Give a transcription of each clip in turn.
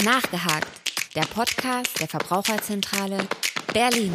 Nachgehakt, der Podcast der Verbraucherzentrale Berlin.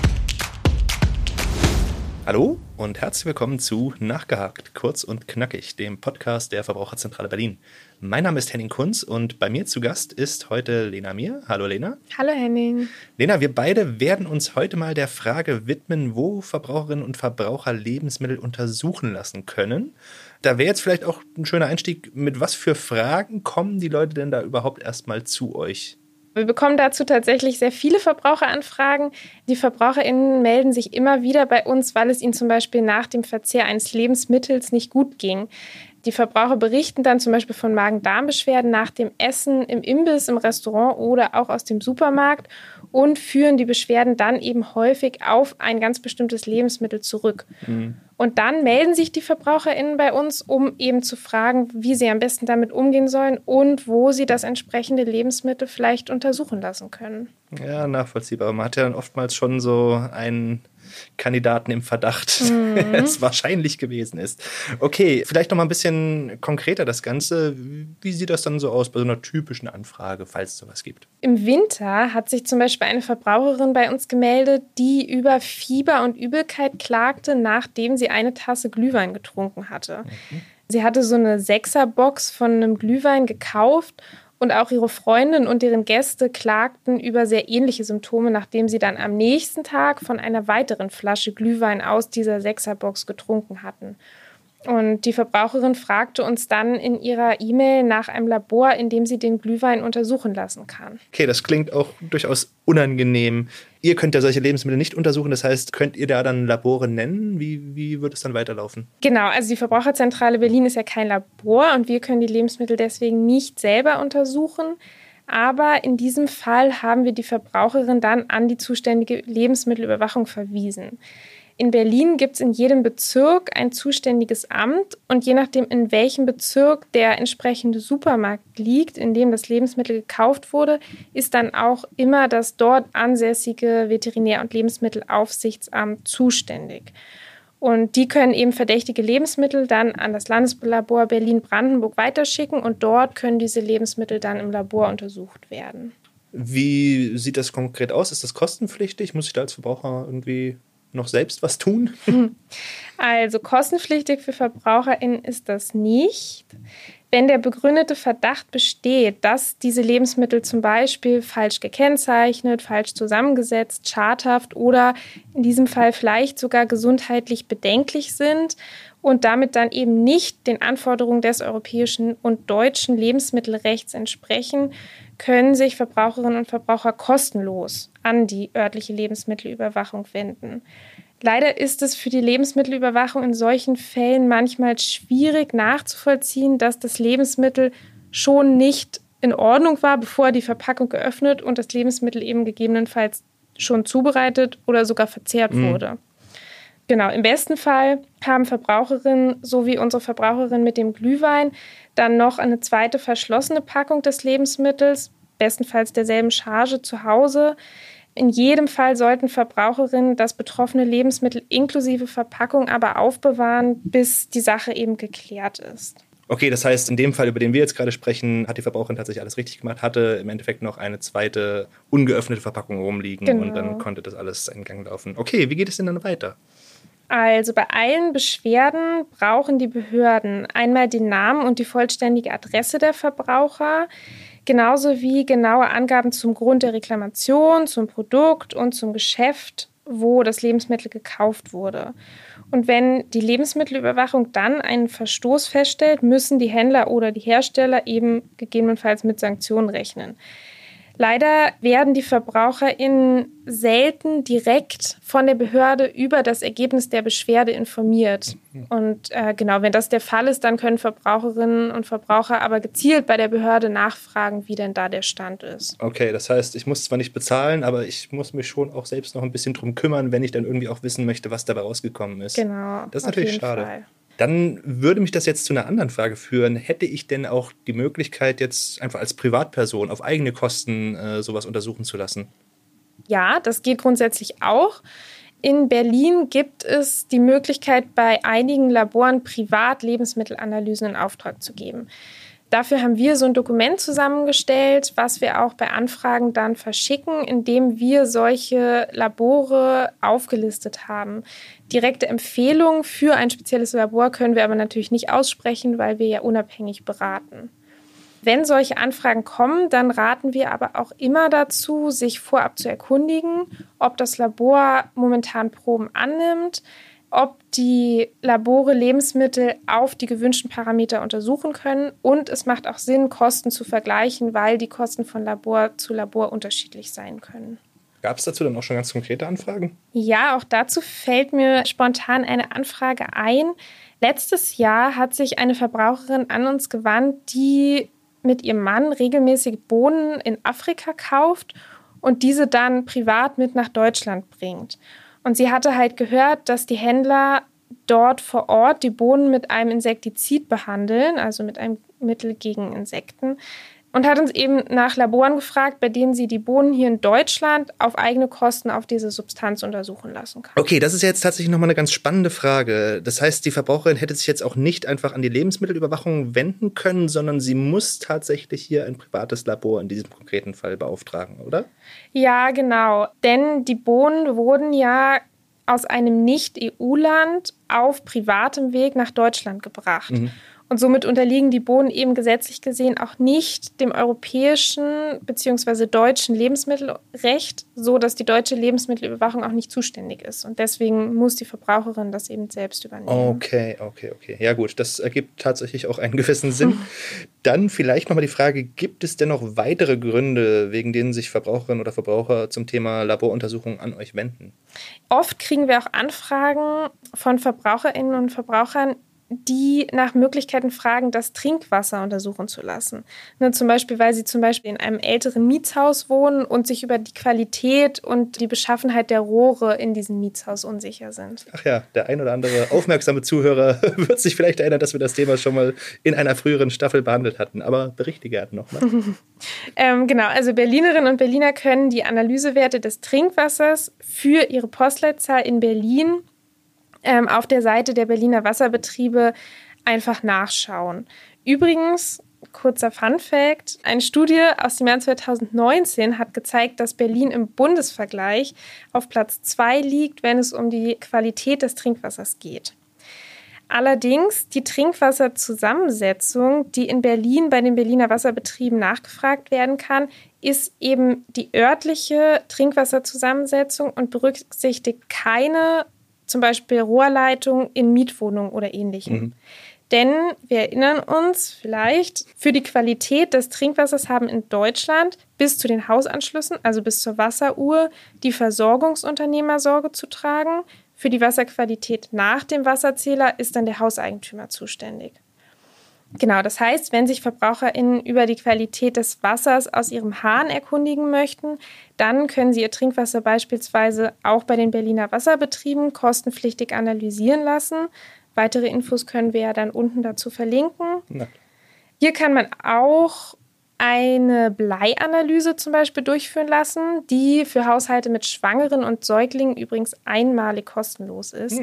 Hallo und herzlich willkommen zu Nachgehakt, kurz und knackig, dem Podcast der Verbraucherzentrale Berlin. Mein Name ist Henning Kunz und bei mir zu Gast ist heute Lena Mier. Hallo Lena. Hallo Henning. Lena, wir beide werden uns heute mal der Frage widmen, wo Verbraucherinnen und Verbraucher Lebensmittel untersuchen lassen können. Da wäre jetzt vielleicht auch ein schöner Einstieg, mit was für Fragen kommen die Leute denn da überhaupt erstmal zu euch? Wir bekommen dazu tatsächlich sehr viele Verbraucheranfragen. Die VerbraucherInnen melden sich immer wieder bei uns, weil es ihnen zum Beispiel nach dem Verzehr eines Lebensmittels nicht gut ging. Die Verbraucher berichten dann zum Beispiel von Magen-Darm-Beschwerden nach dem Essen im Imbiss, im Restaurant oder auch aus dem Supermarkt und führen die Beschwerden dann eben häufig auf ein ganz bestimmtes Lebensmittel zurück. Und dann melden sich die VerbraucherInnen bei uns, um eben zu fragen, wie sie am besten damit umgehen sollen und wo sie das entsprechende Lebensmittel vielleicht untersuchen lassen können. Ja, nachvollziehbar. Man hat ja dann oftmals schon so einen Kandidaten im Verdacht, es wahrscheinlich gewesen ist. Okay, vielleicht noch mal ein bisschen konkreter das Ganze. Wie sieht das dann so aus bei so einer typischen Anfrage, falls es sowas gibt? Im Winter hat sich zum Beispiel eine Verbraucherin bei uns gemeldet, die über Fieber und Übelkeit klagte, nachdem sie eine Tasse Glühwein getrunken hatte. Sie hatte so eine 6er-Box von einem Glühwein gekauft. Und auch ihre Freundin und deren Gäste klagten über sehr ähnliche Symptome, nachdem sie dann am nächsten Tag von einer weiteren Flasche Glühwein aus dieser 6er-Box getrunken hatten. Und die Verbraucherin fragte uns dann in ihrer E-Mail nach einem Labor, in dem sie den Glühwein untersuchen lassen kann. Okay, das klingt auch durchaus unangenehm. Ihr könnt ja solche Lebensmittel nicht untersuchen, das heißt, könnt ihr da dann Labore nennen? Wie wird es dann weiterlaufen? Genau, also die Verbraucherzentrale Berlin ist ja kein Labor und wir können die Lebensmittel deswegen nicht selber untersuchen. Aber in diesem Fall haben wir die Verbraucherin dann an die zuständige Lebensmittelüberwachung verwiesen. In Berlin gibt es in jedem Bezirk ein zuständiges Amt und je nachdem, in welchem Bezirk der entsprechende Supermarkt liegt, in dem das Lebensmittel gekauft wurde, ist dann auch immer das dort ansässige Veterinär- und Lebensmittelaufsichtsamt zuständig. Und die können eben verdächtige Lebensmittel dann an das Landeslabor Berlin-Brandenburg weiterschicken und dort können diese Lebensmittel dann im Labor untersucht werden. Wie sieht das konkret aus? Ist das kostenpflichtig? Muss ich da als Verbraucher irgendwie noch selbst was tun? Also kostenpflichtig für VerbraucherInnen ist das nicht. Wenn der begründete Verdacht besteht, dass diese Lebensmittel zum Beispiel falsch gekennzeichnet, falsch zusammengesetzt, schadhaft oder in diesem Fall vielleicht sogar gesundheitlich bedenklich sind und damit dann eben nicht den Anforderungen des europäischen und deutschen Lebensmittelrechts entsprechen, können sich Verbraucherinnen und Verbraucher kostenlos an die örtliche Lebensmittelüberwachung wenden. Leider ist es für die Lebensmittelüberwachung in solchen Fällen manchmal schwierig nachzuvollziehen, dass das Lebensmittel schon nicht in Ordnung war, bevor die Verpackung geöffnet und das Lebensmittel eben gegebenenfalls schon zubereitet oder sogar verzehrt wurde. Genau, im besten Fall haben Verbraucherinnen, so wie unsere Verbraucherin mit dem Glühwein, dann noch eine zweite verschlossene Packung des Lebensmittels, bestenfalls derselben Charge zu Hause. In jedem Fall sollten Verbraucherinnen das betroffene Lebensmittel inklusive Verpackung aber aufbewahren, bis die Sache eben geklärt ist. Okay, das heißt, in dem Fall, über den wir jetzt gerade sprechen, hat die Verbraucherin tatsächlich alles richtig gemacht, hatte im Endeffekt noch eine zweite ungeöffnete Verpackung rumliegen und dann konnte das alles in Gang laufen. Okay, wie geht es denn dann weiter? Also bei allen Beschwerden brauchen die Behörden einmal den Namen und die vollständige Adresse der Verbraucher, genauso wie genaue Angaben zum Grund der Reklamation, zum Produkt und zum Geschäft, wo das Lebensmittel gekauft wurde. Und wenn die Lebensmittelüberwachung dann einen Verstoß feststellt, müssen die Händler oder die Hersteller eben gegebenenfalls mit Sanktionen rechnen. Leider werden die VerbraucherInnen selten direkt von der Behörde über das Ergebnis der Beschwerde informiert. Und genau, wenn das der Fall ist, dann können Verbraucherinnen und Verbraucher aber gezielt bei der Behörde nachfragen, wie denn da der Stand ist. Okay, das heißt, ich muss zwar nicht bezahlen, aber ich muss mich schon auch selbst noch ein bisschen drum kümmern, wenn ich dann irgendwie auch wissen möchte, was dabei rausgekommen ist. Genau. Das ist natürlich schade. Fall. Dann würde mich das jetzt zu einer anderen Frage führen. Hätte ich denn auch die Möglichkeit, jetzt einfach als Privatperson auf eigene Kosten sowas untersuchen zu lassen? Ja, das geht grundsätzlich auch. In Berlin gibt es die Möglichkeit, bei einigen Laboren privat Lebensmittelanalysen in Auftrag zu geben. Dafür haben wir so ein Dokument zusammengestellt, was wir auch bei Anfragen dann verschicken, indem wir solche Labore aufgelistet haben. Direkte Empfehlungen für ein spezielles Labor können wir aber natürlich nicht aussprechen, weil wir ja unabhängig beraten. Wenn solche Anfragen kommen, dann raten wir aber auch immer dazu, sich vorab zu erkundigen, ob das Labor momentan Proben annimmt, ob die Labore Lebensmittel auf die gewünschten Parameter untersuchen können. Und es macht auch Sinn, Kosten zu vergleichen, weil die Kosten von Labor zu Labor unterschiedlich sein können. Gab es dazu dann auch schon ganz konkrete Anfragen? Ja, auch dazu fällt mir spontan eine Anfrage ein. Letztes Jahr hat sich eine Verbraucherin an uns gewandt, die mit ihrem Mann regelmäßig Bohnen in Afrika kauft und diese dann privat mit nach Deutschland bringt. Und sie hatte halt gehört, dass die Händler dort vor Ort die Bohnen mit einem Insektizid behandeln, also mit einem Mittel gegen Insekten. Und hat uns eben nach Laboren gefragt, bei denen sie die Bohnen hier in Deutschland auf eigene Kosten auf diese Substanz untersuchen lassen kann. Okay, das ist jetzt tatsächlich nochmal eine ganz spannende Frage. Das heißt, die Verbraucherin hätte sich jetzt auch nicht einfach an die Lebensmittelüberwachung wenden können, sondern sie muss tatsächlich hier ein privates Labor in diesem konkreten Fall beauftragen, oder? Ja, genau. Denn die Bohnen wurden ja aus einem Nicht-EU-Land auf privatem Weg nach Deutschland gebracht. Mhm. Und somit unterliegen die Bohnen eben gesetzlich gesehen auch nicht dem europäischen bzw. deutschen Lebensmittelrecht, so dass die deutsche Lebensmittelüberwachung auch nicht zuständig ist. Und deswegen muss die Verbraucherin das eben selbst übernehmen. Okay. Ja gut, das ergibt tatsächlich auch einen gewissen Sinn. Dann vielleicht nochmal die Frage, gibt es denn noch weitere Gründe, wegen denen sich Verbraucherinnen oder Verbraucher zum Thema Laboruntersuchungen an euch wenden? Oft kriegen wir auch Anfragen von Verbraucherinnen und Verbrauchern, die nach Möglichkeiten fragen, das Trinkwasser untersuchen zu lassen. Zum Beispiel, weil sie zum Beispiel in einem älteren Mietshaus wohnen und sich über die Qualität und die Beschaffenheit der Rohre in diesem Mietshaus unsicher sind. Ach ja, der ein oder andere aufmerksame Zuhörer wird sich vielleicht erinnern, dass wir das Thema schon mal in einer früheren Staffel behandelt hatten. Aber berichte gerne nochmal. Genau, also Berlinerinnen und Berliner können die Analysewerte des Trinkwassers für ihre Postleitzahl in Berlin auf der Seite der Berliner Wasserbetriebe einfach nachschauen. Übrigens, kurzer Funfact, eine Studie aus dem Jahr 2019 hat gezeigt, dass Berlin im Bundesvergleich auf Platz 2 liegt, wenn es um die Qualität des Trinkwassers geht. Allerdings die Trinkwasserzusammensetzung, die in Berlin bei den Berliner Wasserbetrieben nachgefragt werden kann, ist eben die örtliche Trinkwasserzusammensetzung und berücksichtigt keine zum Beispiel Rohrleitung in Mietwohnungen oder Ähnlichem. Mhm. Denn wir erinnern uns vielleicht, für die Qualität des Trinkwassers haben in Deutschland bis zu den Hausanschlüssen, also bis zur Wasseruhr, die Versorgungsunternehmer Sorge zu tragen. Für die Wasserqualität nach dem Wasserzähler ist dann der Hauseigentümer zuständig. Genau, das heißt, wenn sich VerbraucherInnen über die Qualität des Wassers aus ihrem Hahn erkundigen möchten, dann können sie ihr Trinkwasser beispielsweise auch bei den Berliner Wasserbetrieben kostenpflichtig analysieren lassen. Weitere Infos können wir ja dann unten dazu verlinken. Ja. Hier kann man auch eine Bleianalyse zum Beispiel durchführen lassen, die für Haushalte mit Schwangeren und Säuglingen übrigens einmalig kostenlos ist.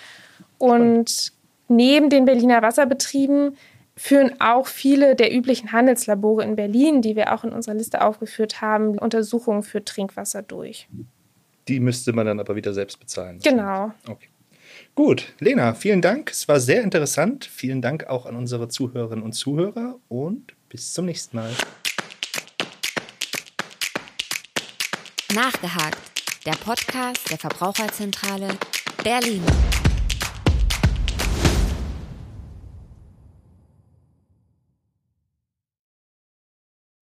Und neben den Berliner Wasserbetrieben führen auch viele der üblichen Handelslabore in Berlin, die wir auch in unserer Liste aufgeführt haben, Untersuchungen für Trinkwasser durch. Die müsste man dann aber wieder selbst bezahlen. Genau. Okay. Gut, Lena, vielen Dank. Es war sehr interessant. Vielen Dank auch an unsere Zuhörerinnen und Zuhörer und bis zum nächsten Mal. Nachgehakt, der Podcast der Verbraucherzentrale Berlin.